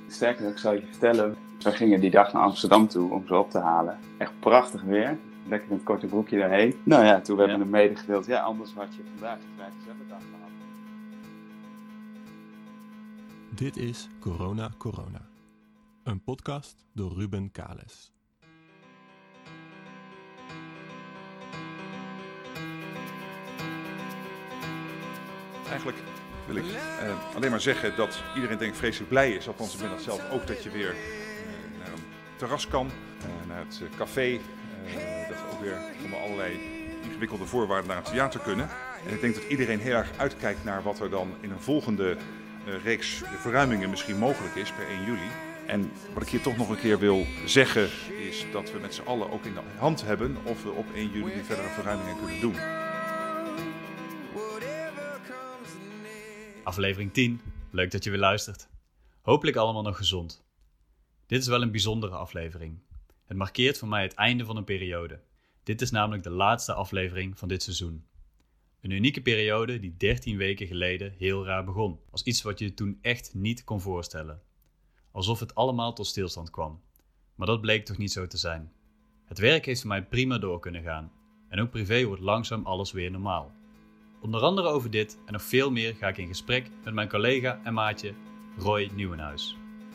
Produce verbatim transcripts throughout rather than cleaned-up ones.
Sterker nog, ik zal je vertellen, we gingen die dag naar Amsterdam toe om ze op te halen. Echt prachtig weer. Lekker in het korte broekje daarheen. Nou ja, toen hebben we hem medegedeeld. Ja, anders had je vandaag een vrij gezellige dag gehad. Dit is Corona Corona. Een podcast door Ruben Kales. Eigenlijk wil ik uh, alleen maar zeggen dat iedereen denk ik vreselijk blij is, althans ik ben dat zelf ook, dat je weer uh, naar een terras kan, uh, naar het uh, café, uh, dat we ook weer onder allerlei ingewikkelde voorwaarden naar het theater kunnen. En ik denk dat iedereen heel erg uitkijkt naar wat er dan in een volgende uh, reeks verruimingen misschien mogelijk is per één juli. En wat ik hier toch nog een keer wil zeggen is dat we met z'n allen ook in de hand hebben of we op één juli die verdere verruimingen kunnen doen. Aflevering tien. Leuk dat je weer luistert. Hopelijk allemaal nog gezond. Dit is wel een bijzondere aflevering. Het markeert voor mij het einde van een periode. Dit is namelijk de laatste aflevering van dit seizoen. Een unieke periode die dertien weken geleden heel raar begon. Als iets wat je toen echt niet kon voorstellen. Alsof het allemaal tot stilstand kwam. Maar dat bleek toch niet zo te zijn. Het werk heeft voor mij prima door kunnen gaan. En ook privé wordt langzaam alles weer normaal. Onder andere over dit en nog veel meer ga ik in gesprek met mijn collega en maatje Roy Nieuwenhuis.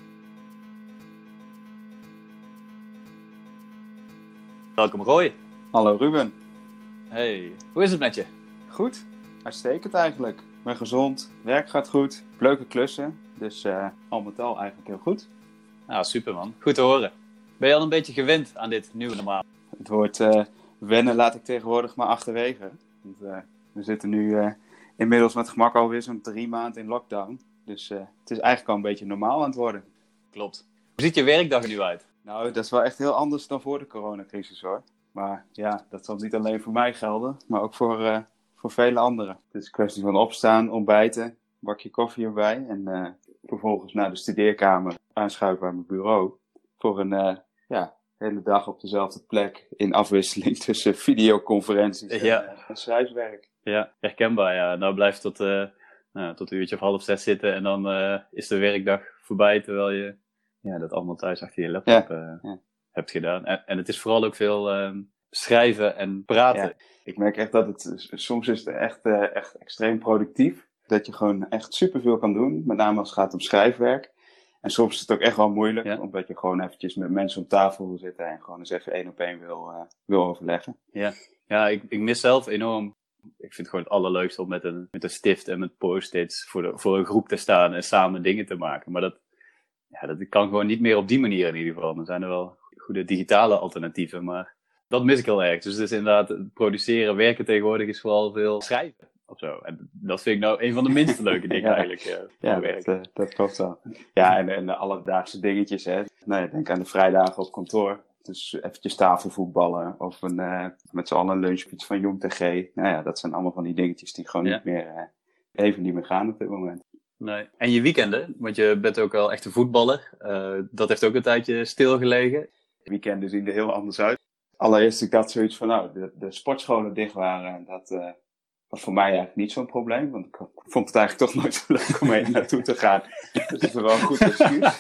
Welkom Roy. Hallo Ruben. Hey, hoe is het met je? Goed, uitstekend eigenlijk. Ik ben gezond, werk gaat goed, leuke klussen. Dus uh, al met al eigenlijk heel goed. Nou, super man. Goed te horen. Ben je al een beetje gewend aan dit nieuwe normaal? Het woord uh, wennen laat ik tegenwoordig maar achterwege. Want, uh, we zitten nu uh, inmiddels met gemak alweer zo'n drie maanden in lockdown. Dus uh, het is eigenlijk al een beetje normaal aan het worden. Klopt. Hoe ziet je werkdag er nu uit? Nou, dat is wel echt heel anders dan voor de coronacrisis hoor. Maar ja, dat zal niet alleen voor mij gelden, maar ook voor, uh, voor vele anderen. Het is een kwestie van opstaan, ontbijten, bakje koffie erbij en uh, vervolgens naar de studeerkamer aanschuiven aan mijn bureau. Voor een uh, ja, hele dag op dezelfde plek in afwisseling tussen videoconferenties en, ja. uh, en schrijfwerk. Ja, herkenbaar. Ja. Nou blijf je tot, uh, nou, tot een uurtje of half zes zitten en dan uh, is de werkdag voorbij terwijl je ja, dat allemaal thuis achter je laptop ja. Uh, ja. hebt gedaan. En, en het is vooral ook veel uh, schrijven en praten. Ja. Ik merk echt dat het, soms is het echt, uh, echt extreem productief. Dat je gewoon echt superveel kan doen, met name als het gaat om schrijfwerk. En soms is het ook echt wel moeilijk, ja. omdat je gewoon eventjes met mensen om tafel wil zitten en gewoon eens even één op één wil, uh, wil overleggen. Ja, ja ik, ik mis zelf enorm. Ik vind het gewoon het allerleukste om met een, met een stift en met post-its voor, de, voor een groep te staan en samen dingen te maken. Maar dat, ja, dat kan gewoon niet meer op die manier in ieder geval. Dan zijn er wel goede digitale alternatieven, maar dat mis ik heel erg. Dus het is inderdaad, produceren, werken tegenwoordig is vooral veel schrijven. Of zo. En dat vind ik nou een van de minste leuke dingen ja. eigenlijk. Ja, ja dat, uh, dat klopt wel. Ja, en, en de alledaagse dingetjes. Hè. Nou, denk aan de vrijdagen op kantoor. Dus eventjes tafelvoetballen. Of een, uh, met z'n allen een lunchfiets van Jong T G. Nou ja, dat zijn allemaal van die dingetjes die gewoon ja. niet meer, uh, even niet meer gaan op dit moment. Nee. En je weekenden, want je bent ook wel echt een voetballer. Uh, dat heeft ook een tijdje stilgelegen. Weekenden zien er heel anders uit. Allereerst ik dacht zoiets van, nou, de, de sportscholen dicht waren. Dat uh, was voor mij eigenlijk niet zo'n probleem. Want ik vond het eigenlijk toch nooit zo leuk om heen naartoe te gaan. Dus dat is wel een goed excuus.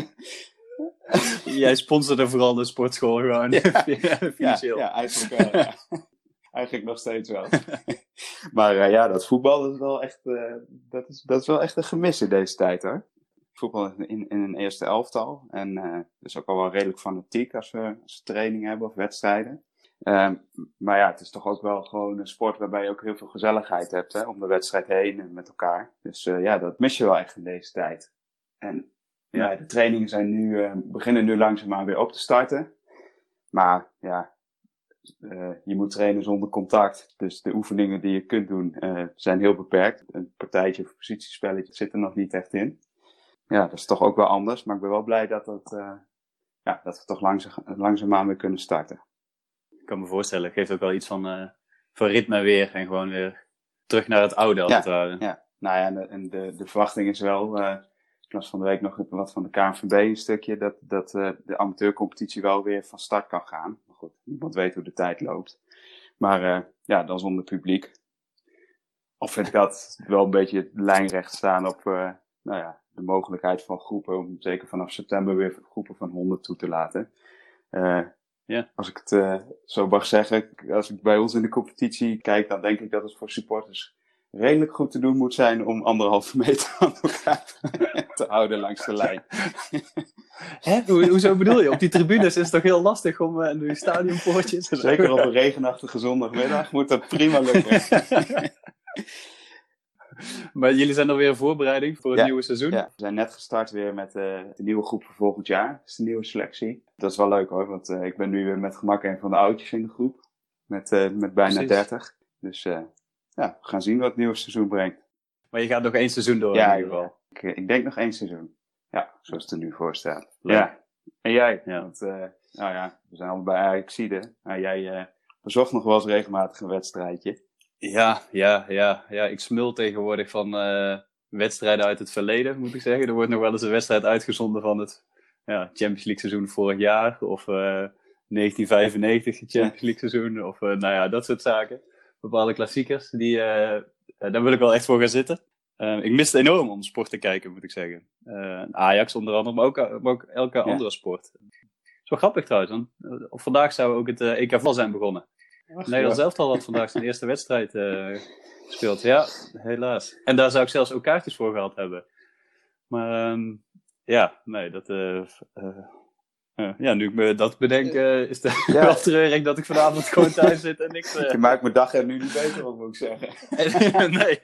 Jij sponsorde vooral de sportschool gewoon. Ja, financieel. Ja, ja, eigenlijk wel. Ja. Eigenlijk nog steeds wel. Maar uh, ja, dat voetbal is wel echt, uh, dat is, dat is wel echt een gemis in deze tijd hoor. Voetbal in, in een eerste elftal. En uh, dus ook al wel redelijk fanatiek als we, als we training hebben of wedstrijden. Uh, maar ja, het is toch ook wel gewoon een sport waarbij je ook heel veel gezelligheid hebt hè, om de wedstrijd heen en met elkaar. Dus uh, ja, dat mis je wel echt in deze tijd. En ja, de trainingen zijn nu, uh, beginnen nu langzaamaan weer op te starten. Maar ja, uh, je moet trainen zonder contact. Dus de oefeningen die je kunt doen uh, zijn heel beperkt. Een partijtje of positiespelletje zit er nog niet echt in. Ja, dat is toch ook wel anders. Maar ik ben wel blij dat, dat, uh, ja, dat we toch langzaam, langzaamaan weer kunnen starten. Ik kan me voorstellen, het geeft ook wel iets van, uh, van ritme weer. En gewoon weer terug naar het oude als ja, het ware. Ja, nou ja, en de, en de, de verwachting is wel... Uh, ik las van de week nog wat van de K N V B een stukje, dat, dat uh, de amateurcompetitie wel weer van start kan gaan. Maar goed, niemand weet hoe de tijd loopt. Maar uh, ja, dan zonder publiek. Of vind ik dat wel een beetje lijnrecht staan op, uh, nou ja, de mogelijkheid van groepen, om zeker vanaf september weer groepen van honderd toe te laten. Uh, ja. Als ik het uh, zo mag zeggen, als ik bij ons in de competitie kijk, dan denk ik dat het voor supporters redelijk goed te doen moet zijn om anderhalve meter aan elkaar te houden langs de lijn. Hè? Ho- hoezo bedoel je? Op die tribunes is het toch heel lastig om uh, door je stadionpoortjes... Zeker op een regenachtige zondagmiddag moet dat prima lukken. Maar jullie zijn alweer in voorbereiding voor het ja, nieuwe seizoen? Ja, we zijn net gestart weer met uh, de nieuwe groep voor volgend jaar. Dat is de nieuwe selectie. Dat is wel leuk hoor, want uh, ik ben nu weer met gemak een van de oudjes in de groep. Met, uh, met bijna Precies. dertig. Dus uh, ja, we gaan zien wat het nieuwe seizoen brengt. Maar je gaat nog één seizoen door ja, in ieder geval? Ik, ik denk nog één seizoen. Ja, zoals het er nu voor staat. Leuk. Ja. En jij? Ja. Want, uh, nou ja, we zijn allebei Ajaxiden. Nou, jij uh, bezocht nog wel eens regelmatig een wedstrijdje. Ja, ja, ja, ja. Ik smul tegenwoordig van uh, wedstrijden uit het verleden, moet ik zeggen. Er wordt nog wel eens een wedstrijd uitgezonden van het ja, Champions League seizoen vorig jaar. Of uh, negentien vijfennegentig Champions League seizoen. Of uh, nou ja, dat soort zaken. Bepaalde klassiekers. Die, uh, daar wil ik wel echt voor gaan zitten. Uh, ik mis het enorm om sport te kijken, moet ik zeggen. Uh, Ajax onder andere, maar ook, maar ook elke ja. andere sport. Het is wel grappig trouwens, want uh, vandaag zou ook het uh, E K voetbal zijn begonnen. Ach, Nederland zelf al had vandaag zijn eerste wedstrijd uh, gespeeld. Ja, helaas. En daar zou ik zelfs ook kaartjes voor gehad hebben. Maar um, ja, nee, dat... Uh, uh, uh, ja, nu ik me dat bedenk, uh, is het ja. wel treurig dat ik vanavond gewoon thuis zit en niks... Uh... Je maakt mijn dag er nu niet beter op, moet ik zeggen. nee.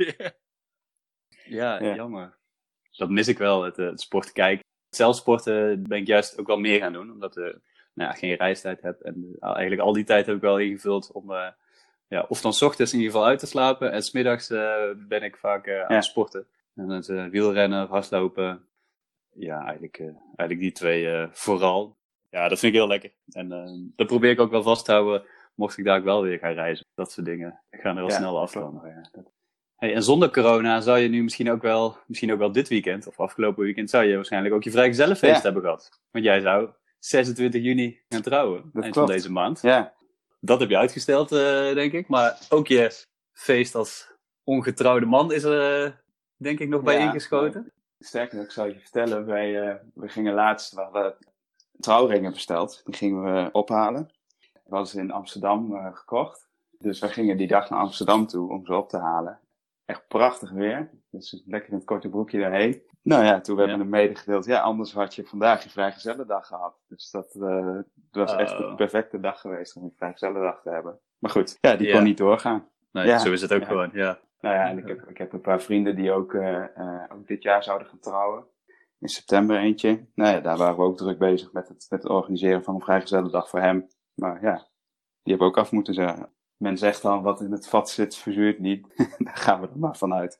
Ja, ja, jammer. Dat mis ik wel, het, het sport kijken. Zelf sporten ben ik juist ook wel meer gaan doen, omdat ik uh, nou ja, geen reistijd heb. En uh, eigenlijk al die tijd heb ik wel ingevuld om, uh, ja, of dan 's ochtends in ieder geval uit te slapen. En 's middags uh, ben ik vaak uh, aan ja. het sporten. En dan uh, wielrennen, hardlopen. Ja, eigenlijk, uh, eigenlijk die twee uh, vooral. Ja, dat vind ik heel lekker. En uh, dat probeer ik ook wel vast te houden, mocht ik daar ook wel weer gaan reizen. Dat soort dingen gaan er wel ja, snel afkomen. Ja, dat... Hey, en zonder corona zou je nu misschien ook wel, misschien ook wel dit weekend, of afgelopen weekend, zou je waarschijnlijk ook je vrijgezellenfeest ja. hebben gehad. Want jij zou zesentwintig juni gaan trouwen, dat eind klopt. Van deze maand. Ja. Dat heb je uitgesteld, uh, denk ik. Maar ook je feest als ongetrouwde man is er, uh, denk ik, nog bij ja, ingeschoten. Sterker nog, ik zal je vertellen, wij, uh, we gingen laatst, we hadden trouwringen besteld. Die gingen we ophalen. We hadden ze in Amsterdam uh, gekocht. Dus wij gingen die dag naar Amsterdam toe om ze op te halen. Echt prachtig weer. Dus lekker in het korte broekje daarheen. Nou ja, toen hebben we ja. hem medegedeeld. Ja, anders had je vandaag je vrijgezellendag gehad. Dus dat, uh, dat was uh, echt de perfecte dag geweest om een vrijgezellendag te hebben. Maar goed, ja, die ja. kon niet doorgaan. Nee, ja. zo is het ook ja. gewoon, ja. Nou ja, en ik heb, ik heb een paar vrienden die ook, uh, uh, ook dit jaar zouden gaan trouwen. In september eentje. Nou ja, daar waren we ook druk bezig met het, met het organiseren van een vrijgezellendag voor hem. Maar ja, die hebben ook af moeten zeggen. Men zegt dan, wat in het vat zit, verzuurt niet. Daar gaan we er maar vanuit.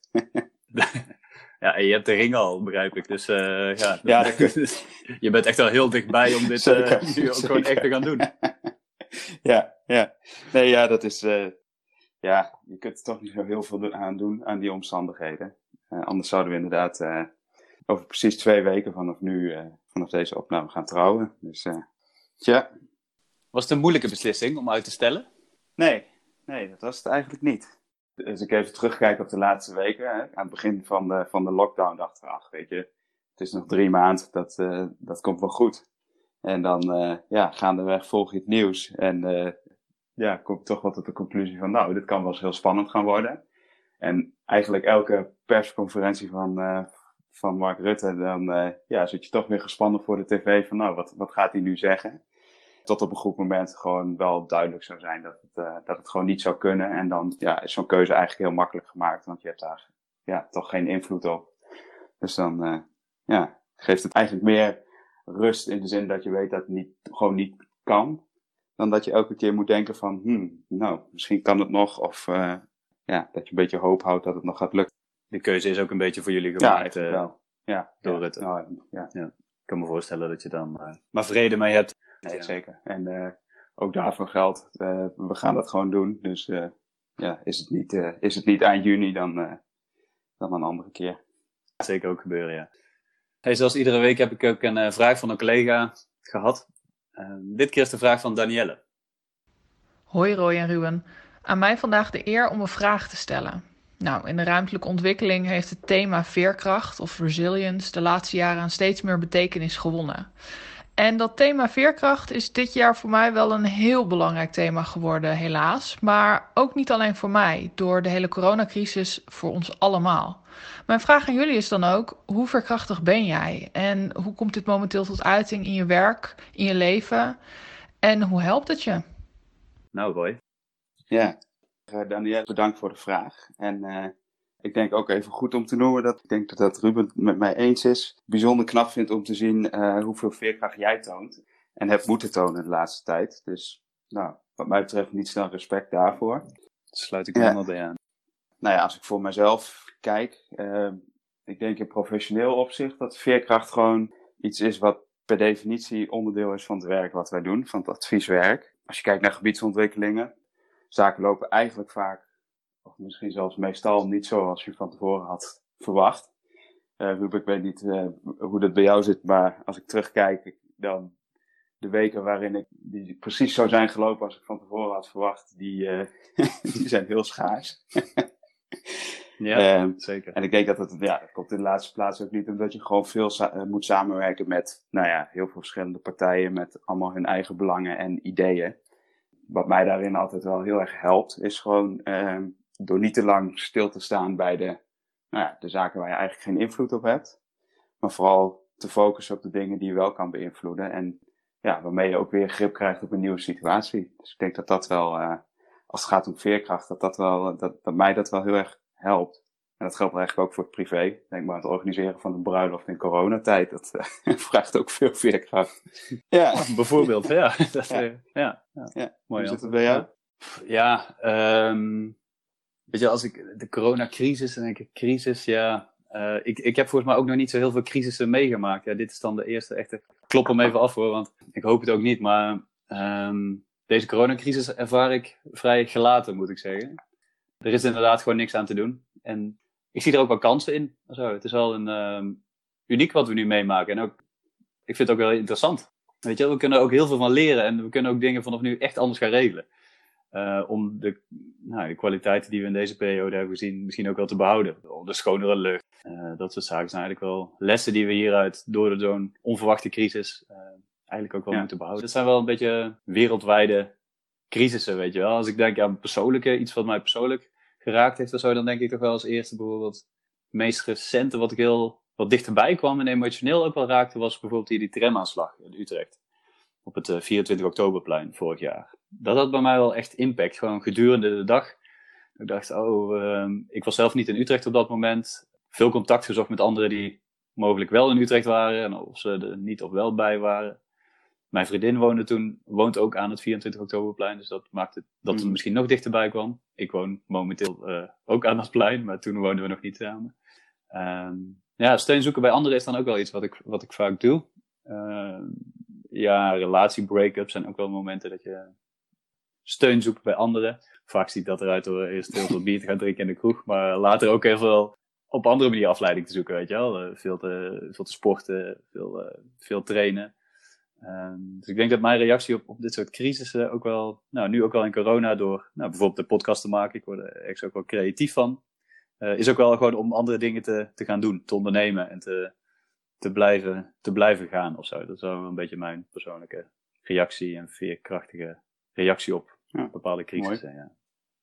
Ja, en je hebt de ring al, begrijp ik. Dus uh, ja, ja dat kun... je bent echt wel heel dichtbij om dit zeker, uh, nu ook zeker. Gewoon echt te gaan doen. Ja, ja. Nee, ja, dat is... Uh, ja, je kunt er toch niet zo heel veel aan doen, aan die omstandigheden. Uh, anders zouden we inderdaad uh, over precies twee weken vanaf nu, uh, vanaf deze opname gaan trouwen. Dus, uh, tja. Was het een moeilijke beslissing om uit te stellen? Nee, nee, dat was het eigenlijk niet. Als ik even terugkijk op de laatste weken, hè, aan het begin van de, van de lockdown, dacht ik, ach, weet je, het is nog drie maanden, dat, uh, dat komt wel goed. En dan, uh, ja, gaandeweg volg je het nieuws en, uh, ja, kom ik toch wel tot de conclusie van, nou, dit kan wel eens heel spannend gaan worden. En eigenlijk elke persconferentie van, uh, van Mark Rutte, dan, uh, ja, zit je toch weer gespannen voor de tv van, nou, wat, wat gaat hij nu zeggen? Tot op een goed moment gewoon wel duidelijk zou zijn dat het, uh, dat het gewoon niet zou kunnen. En dan ja, is zo'n keuze eigenlijk heel makkelijk gemaakt, want je hebt daar ja, toch geen invloed op. Dus dan uh, ja, geeft het eigenlijk meer rust in de zin dat je weet dat het niet, gewoon niet kan. Dan dat je elke keer moet denken van, hmm, nou, misschien kan het nog. Of uh, ja, dat je een beetje hoop houdt dat het nog gaat lukken. De keuze is ook een beetje voor jullie gemaakt. Ja, uh, wel. Ja, door ja, het. nou, ja. Ja. Ik kan me voorstellen dat je dan uh, maar vrede mee hebt. Nee, ja. Zeker. En uh, ook daarvoor geldt, uh, we gaan dat gewoon doen. Dus uh, ja, is het niet, uh, is het niet eind juni, dan, uh, dan een andere keer. Zeker ook gebeuren, ja. Hey, zoals iedere week heb ik ook een uh, vraag van een collega gehad. Uh, dit keer is de vraag van Danielle. Hoi Roy en Ruben. Aan mij vandaag de eer om een vraag te stellen. Nou, in de ruimtelijke ontwikkeling heeft het thema veerkracht of resilience de laatste jaren aan steeds meer betekenis gewonnen. En dat thema veerkracht is dit jaar voor mij wel een heel belangrijk thema geworden, helaas. Maar ook niet alleen voor mij, door de hele coronacrisis voor ons allemaal. Mijn vraag aan jullie is dan ook, hoe veerkrachtig ben jij? En hoe komt dit momenteel tot uiting in je werk, in je leven? En hoe helpt het je? Nou, Roy. Ja, uh, Danielle, bedankt voor de vraag. En uh, ik denk ook even goed om te noemen dat ik denk dat, dat Ruben het met mij eens is. Bijzonder knap vindt om te zien uh, hoeveel veerkracht jij toont. En hebt moeten tonen de laatste tijd. Dus nou, wat mij betreft niet snel respect daarvoor. Dat sluit ik helemaal bij aan. Nou ja, als ik voor mezelf kijk, uh, ik denk in professioneel opzicht dat veerkracht gewoon iets is wat per definitie onderdeel is van het werk wat wij doen, van het advieswerk. Als je kijkt naar gebiedsontwikkelingen, zaken lopen eigenlijk vaak, of misschien zelfs meestal niet zoals je van tevoren had verwacht. Uh, Ruben, ik weet niet uh, hoe dat bij jou zit, maar als ik terugkijk, dan de weken waarin ik die precies zo zijn gelopen als ik van tevoren had verwacht, die, uh, die zijn heel schaars. Ja, um, zeker. En ik denk dat het, ja, dat komt in de laatste plaats ook niet omdat je gewoon veel sa- uh, moet samenwerken met, nou ja, heel veel verschillende partijen met allemaal hun eigen belangen en ideeën. Wat mij daarin altijd wel heel erg helpt, is gewoon uh, door niet te lang stil te staan bij de, nou ja, de zaken waar je eigenlijk geen invloed op hebt. Maar vooral te focussen op de dingen die je wel kan beïnvloeden. En ja, waarmee je ook weer grip krijgt op een nieuwe situatie. Dus ik denk dat dat wel, uh, als het gaat om veerkracht, dat, dat, wel, dat, dat mij dat wel heel erg helpt. En dat geldt eigenlijk ook voor het privé. Denk maar aan het organiseren van een bruiloft in coronatijd. Dat uh, vraagt ook veel veerkracht. Ja, oh, bijvoorbeeld. Ja, dat, ja. Uh, ja, ja. ja. Mooi. Hoe zit het bij jou? Ja, um, weet je, als ik de coronacrisis, dan denk ik, crisis, ja. Uh, ik, ik heb volgens mij ook nog niet zo heel veel crisissen meegemaakt. Ja, dit is dan de eerste echte. Klop hem even af hoor, want ik hoop het ook niet. Maar um, deze coronacrisis ervaar ik vrij gelaten, moet ik zeggen. Er is inderdaad gewoon niks aan te doen. En ik zie er ook wel kansen in. Zo, het is wel een um, uniek wat we nu meemaken. En ook, ik vind het ook wel interessant. Weet je, we kunnen er ook heel veel van leren. En we kunnen ook dingen vanaf nu echt anders gaan regelen. Uh, om de, nou, de kwaliteiten die we in deze periode hebben gezien misschien ook wel te behouden. De schonere lucht. Uh, dat soort zaken zijn eigenlijk wel lessen die we hieruit door zo'n onverwachte crisis uh, eigenlijk ook wel ja. moeten behouden. Het zijn wel een beetje wereldwijde crisissen, weet je wel. Als ik denk aan persoonlijke, iets wat mij persoonlijk geraakt heeft of zo, dan denk ik toch wel als eerste bijvoorbeeld het meest recente wat ik heel wat dichterbij kwam en emotioneel ook wel raakte, was bijvoorbeeld hier die tramaanslag in Utrecht. Op het uh, vierentwintig oktoberplein vorig jaar. Dat had bij mij wel echt impact, gewoon gedurende de dag. Ik dacht, oh, uh, ik was zelf niet in Utrecht op dat moment. Veel contact gezocht met anderen die mogelijk wel in Utrecht waren en of ze er niet of wel bij waren. Mijn vriendin woonde toen, woont ook aan het vierentwintig oktoberplein, dus dat maakte dat het misschien nog dichterbij kwam. Ik woon momenteel uh, ook aan dat plein, maar toen woonden we nog niet samen. Um, ja, steun zoeken bij anderen is dan ook wel iets wat ik, wat ik vaak doe. Uh, ja, relatiebreak-ups zijn ook wel momenten dat je steun zoekt bij anderen. Vaak ziet dat eruit door eerst heel veel bier te gaan drinken in de kroeg, maar later ook heel veel op andere manier afleiding te zoeken, weet je wel. Uh, veel, te, veel te sporten, veel, uh, veel trainen. Um, dus ik denk dat mijn reactie op, op dit soort crisissen ook wel, nou nu ook wel in corona door, nou bijvoorbeeld de podcast te maken, ik word er ergens ook wel creatief van, uh, is ook wel gewoon om andere dingen te, te gaan doen, te ondernemen en te, te, blijven, te blijven gaan of zo. Dat is wel een beetje mijn persoonlijke reactie en veerkrachtige reactie op ja, bepaalde crisissen. Ja.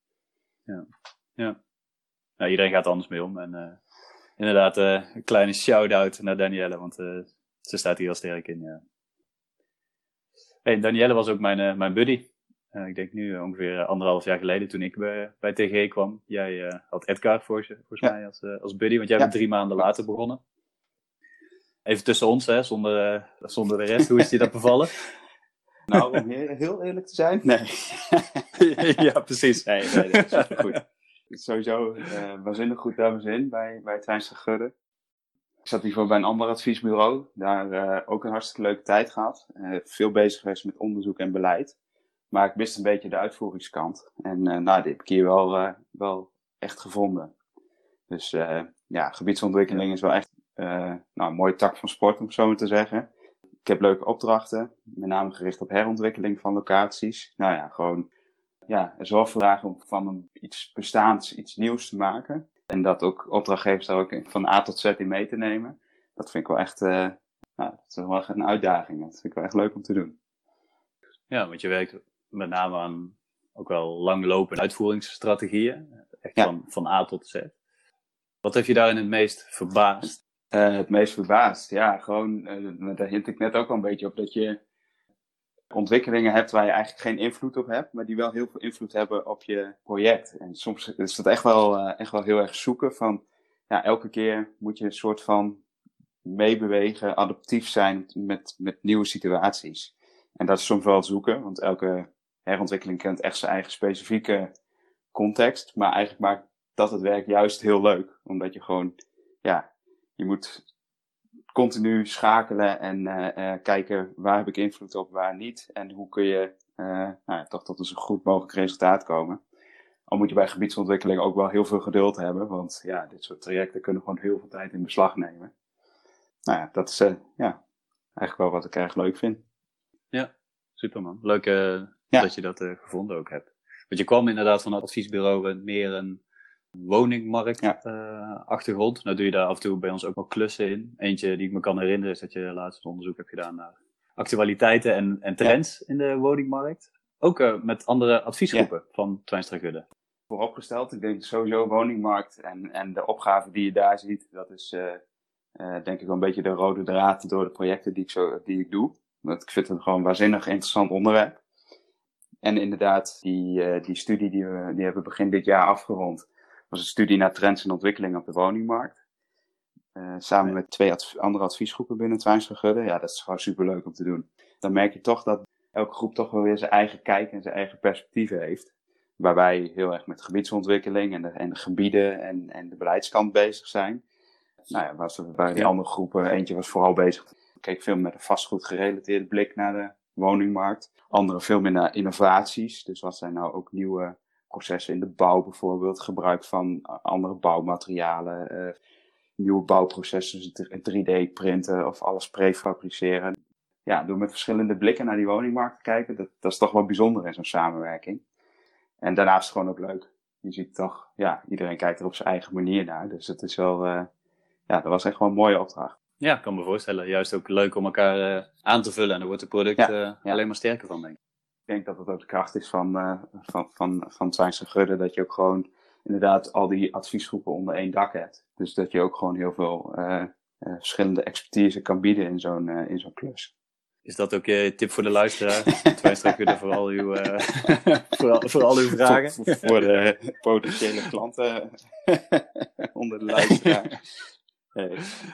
Ja. Ja. Nou, iedereen gaat er anders mee om en uh, inderdaad uh, een kleine shout-out naar Danielle, want uh, ze staat hier al sterk in, ja. Hey, Danielle was ook mijn, uh, mijn buddy. Uh, ik denk nu uh, ongeveer uh, anderhalf jaar geleden toen ik bij, bij T G kwam. Jij uh, had Edgar voor je, volgens ja. mij als, uh, als buddy, want jij ja. bent drie maanden later begonnen. Even tussen ons, hè, zonder, uh, zonder de rest. Hoe is je dat bevallen? Nou, om heel, heel eerlijk te zijn, nee. Ja, precies. Nee, nee, dat is supergoed. Sowieso uh, waanzinnig goed naar mijn zin bij, bij het Twijnse Gudde. Ik zat hiervoor bij een ander adviesbureau. Daar uh, ook een hartstikke leuke tijd gehad. Uh, veel bezig geweest met onderzoek en beleid. Maar ik miste een beetje de uitvoeringskant. En uh, nou, die heb ik hier wel, uh, wel echt gevonden. Dus uh, ja, gebiedsontwikkeling is wel echt uh, nou, een mooie tak van sport, om het zo maar te zeggen. Ik heb leuke opdrachten. Met name gericht op herontwikkeling van locaties. Nou ja, gewoon ja, er zorg voor dragen om van een, iets bestaans iets nieuws te maken. En dat ook opdrachtgevers daar ook van A tot Z in mee te nemen. Dat vind ik wel echt, uh, nou, dat is wel echt een uitdaging. Dat vind ik wel echt leuk om te doen. Ja, want je werkt met name aan ook wel langlopende uitvoeringsstrategieën. Echt ja. van, van A tot Z. Wat heeft je daarin het meest verbaasd? Uh, het meest verbaasd? Ja, gewoon, uh, daar hint ik net ook al een beetje op, dat je ontwikkelingen hebt waar je eigenlijk geen invloed op hebt, maar die wel heel veel invloed hebben op je project. En soms is dat echt wel, uh, echt wel heel erg zoeken van, ja, elke keer moet je een soort van meebewegen, adaptief zijn met, met nieuwe situaties. En dat is soms wel zoeken, want elke herontwikkeling kent echt zijn eigen specifieke context, maar eigenlijk maakt dat het werk juist heel leuk, omdat je gewoon, ja, je moet continu schakelen en uh, uh, kijken waar heb ik invloed op, waar niet. En hoe kun je uh, nou, toch tot een zo goed mogelijk resultaat komen. Al moet je bij gebiedsontwikkeling ook wel heel veel geduld hebben. Want ja, dit soort trajecten kunnen gewoon heel veel tijd in beslag nemen. Nou ja, dat is uh, ja, eigenlijk wel wat ik erg leuk vind. Ja, super man. Leuk uh, ja. dat je dat uh, gevonden ook hebt. Want je kwam inderdaad van het adviesbureau meer een woningmarkt ja. uh, achtergrond. Nou doe je daar af en toe bij ons ook wel klussen in. Eentje die ik me kan herinneren is dat je laatst een onderzoek hebt gedaan naar actualiteiten en, en trends ja. in de woningmarkt. Ook uh, met andere adviesgroepen ja. van Twijnstra Gudde. Vooropgesteld, ik denk sowieso woningmarkt en, en de opgave die je daar ziet, dat is uh, uh, denk ik wel een beetje de rode draad door de projecten die ik, zo, die ik doe. Want ik vind het gewoon een waanzinnig interessant onderwerp. En inderdaad, die, uh, die studie die we die hebben begin dit jaar afgerond, was een studie naar trends en ontwikkelingen op de woningmarkt. Uh, samen ja. met twee adv- andere adviesgroepen binnen Twijnstra Gudde. Ja, dat is gewoon superleuk om te doen. Dan merk je toch dat elke groep toch wel weer zijn eigen kijk en zijn eigen perspectieven heeft. Waar wij heel erg met gebiedsontwikkeling en de, en de gebieden en, en de beleidskant bezig zijn. Nou ja, was er bij die andere groepen, eentje was vooral bezig. Ik keek veel met een vastgoed gerelateerde blik naar de woningmarkt. Andere veel meer naar innovaties. Dus wat zijn nou ook nieuwe processen in de bouw bijvoorbeeld. Gebruik van andere bouwmaterialen. Uh, nieuwe bouwprocessen, drie D printen of alles prefabriceren. Ja, door met verschillende blikken naar die woningmarkt te kijken. Dat, dat is toch wel bijzonder in zo'n samenwerking. En daarnaast is het gewoon ook leuk. Je ziet toch, ja, iedereen kijkt er op zijn eigen manier naar. Dus het is wel, uh, ja, dat was echt wel een mooie opdracht. Ja, ik kan me voorstellen. Juist ook leuk om elkaar uh, aan te vullen. En daar wordt het product ja, uh, ja. alleen maar sterker van, denk ik. Ik denk dat het ook de kracht is van, uh, van, van, van Twijnstra Gudde. Dat je ook gewoon inderdaad al die adviesgroepen onder één dak hebt. Dus dat je ook gewoon heel veel uh, uh, verschillende expertise kan bieden in zo'n, uh, in zo'n klus. Is dat ook je tip voor de luisteraar? Twijnstra Gudde voor al uw, uh, voor, al, voor al uw vragen? Voor, voor de potentiële klanten onder de luisteraar. Nee.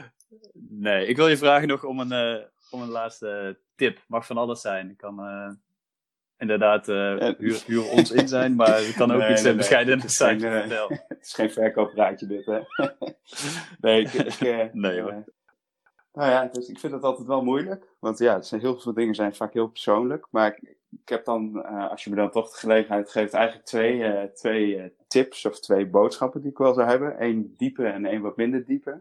nee, ik wil je vragen nog om een, uh, om een laatste tip. Mag van alles zijn. Ik kan uh, inderdaad uh, huur, huur ons in zijn, maar het kan ook nee, iets nee, bescheideners nee. zijn. Uh, het is geen verkoopraadje dit, hè? nee, ik, ik, uh, nee hoor. Uh, Nou ja, dus ik vind het altijd wel moeilijk. Want ja, het zijn heel veel dingen zijn vaak heel persoonlijk. Maar ik, ik heb dan, uh, als je me dan toch de gelegenheid geeft, eigenlijk twee, uh, twee uh, tips of twee boodschappen die ik wel zou hebben. Eén diepe en één wat minder diepe.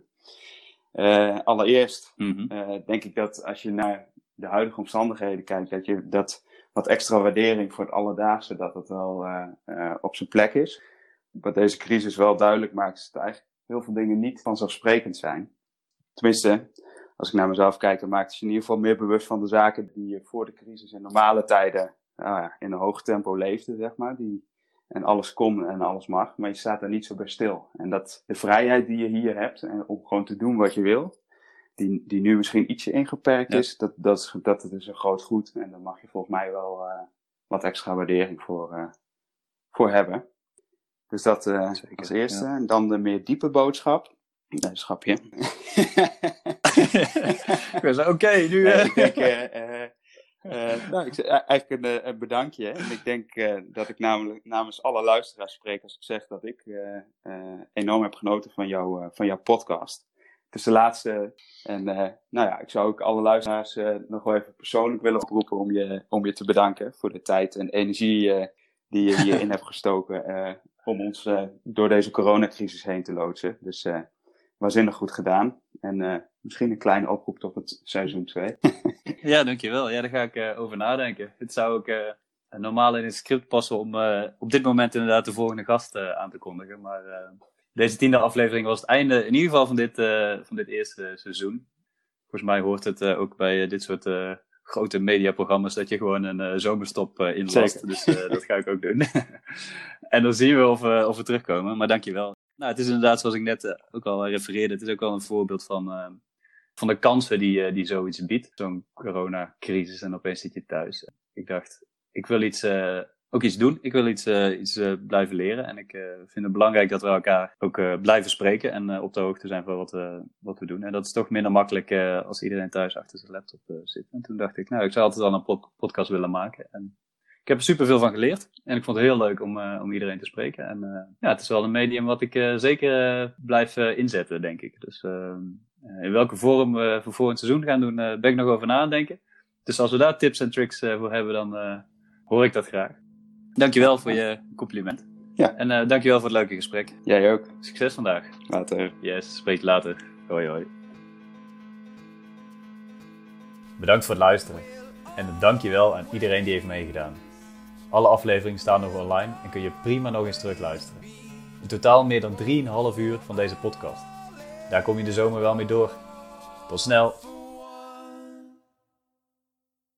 Uh, allereerst mm-hmm. uh, denk ik dat als je naar de huidige omstandigheden kijkt, dat je dat wat extra waardering voor het alledaagse, dat dat wel uh, uh, op zijn plek is. Wat deze crisis wel duidelijk maakt, is dat eigenlijk heel veel dingen niet vanzelfsprekend zijn. Tenminste, als ik naar mezelf kijk, dan maakt het je in ieder geval meer bewust van de zaken die je voor de crisis in normale tijden nou ja, in een hoog tempo leefde, zeg maar. Die, en alles kon en alles mag, maar je staat daar niet zo bij stil. En dat de vrijheid die je hier hebt, en om gewoon te doen wat je wil, die, die nu misschien ietsje ingeperkt ja. is, dat, dat, is, dat het is een groot goed. En daar mag je volgens mij wel uh, wat extra waardering voor, uh, voor hebben. Dus dat uh, Zeker, als eerste. Ja. En dan de meer diepe boodschap. Nee, schapje. Oké, okay, nu... Uh, ik denk, uh, uh, uh, nou, ik, uh, eigenlijk een, een bedankje. Hè? En ik denk uh, dat ik namelijk namens alle luisteraars spreek als ik zeg dat ik uh, uh, enorm heb genoten van, jou, uh, van jouw podcast. Het is de laatste. En uh, nou ja, ik zou ook alle luisteraars uh, nog wel even persoonlijk willen oproepen om je, om je te bedanken voor de tijd en energie uh, die je hierin hebt gestoken uh, om ons uh, door deze coronacrisis heen te loodsen. Dus uh, waanzinnig goed gedaan. En uh, misschien een kleine oproep tot het seizoen twee. Ja, dankjewel. Ja, daar ga ik uh, over nadenken. Het zou ook uh, normaal in het script passen om uh, op dit moment inderdaad de volgende gast uh, aan te kondigen. Maar uh, Deze tiende aflevering was het einde in ieder geval van dit, uh, van dit eerste seizoen. Volgens mij hoort het uh, ook bij uh, dit soort uh, grote mediaprogramma's dat je gewoon een uh, zomerstop uh, inlast. Dus uh, dat ga ik ook doen. En dan zien we of, uh, of we terugkomen. Maar dankjewel. Nou, het is inderdaad, zoals ik net uh, ook al refereerde, het is ook wel een voorbeeld van, uh, van de kansen die, uh, die zoiets biedt. Zo'n coronacrisis en opeens zit je thuis. Ik dacht, ik wil iets... Uh, ook iets doen. Ik wil iets, uh, iets uh, blijven leren. En ik uh, vind het belangrijk dat we elkaar ook uh, blijven spreken. En uh, op de hoogte zijn van wat, uh, wat we doen. En dat is toch minder makkelijk uh, als iedereen thuis achter zijn laptop uh, zit. En toen dacht ik, nou, ik zou altijd al een pod- podcast willen maken. En ik heb er superveel van geleerd. En ik vond het heel leuk om, uh, om iedereen te spreken. En uh, ja, het is wel een medium wat ik uh, zeker uh, blijf uh, inzetten, denk ik. Dus uh, in welke vorm we voor volgend seizoen gaan doen, uh, ben ik nog over na aan denken. Dus als we daar tips en tricks uh, voor hebben, dan uh, hoor ik dat graag. Dankjewel voor je compliment. Ja. En uh, dankjewel voor het leuke gesprek. Jij ook. Succes vandaag. Later. Yes, spreek je later. Hoi hoi. Bedankt voor het luisteren. En dankjewel aan iedereen die heeft meegedaan. Alle afleveringen staan nog online en kun je prima nog eens terugluisteren. In totaal meer dan drieënhalf uur van deze podcast. Daar kom je de zomer wel mee door. Tot snel!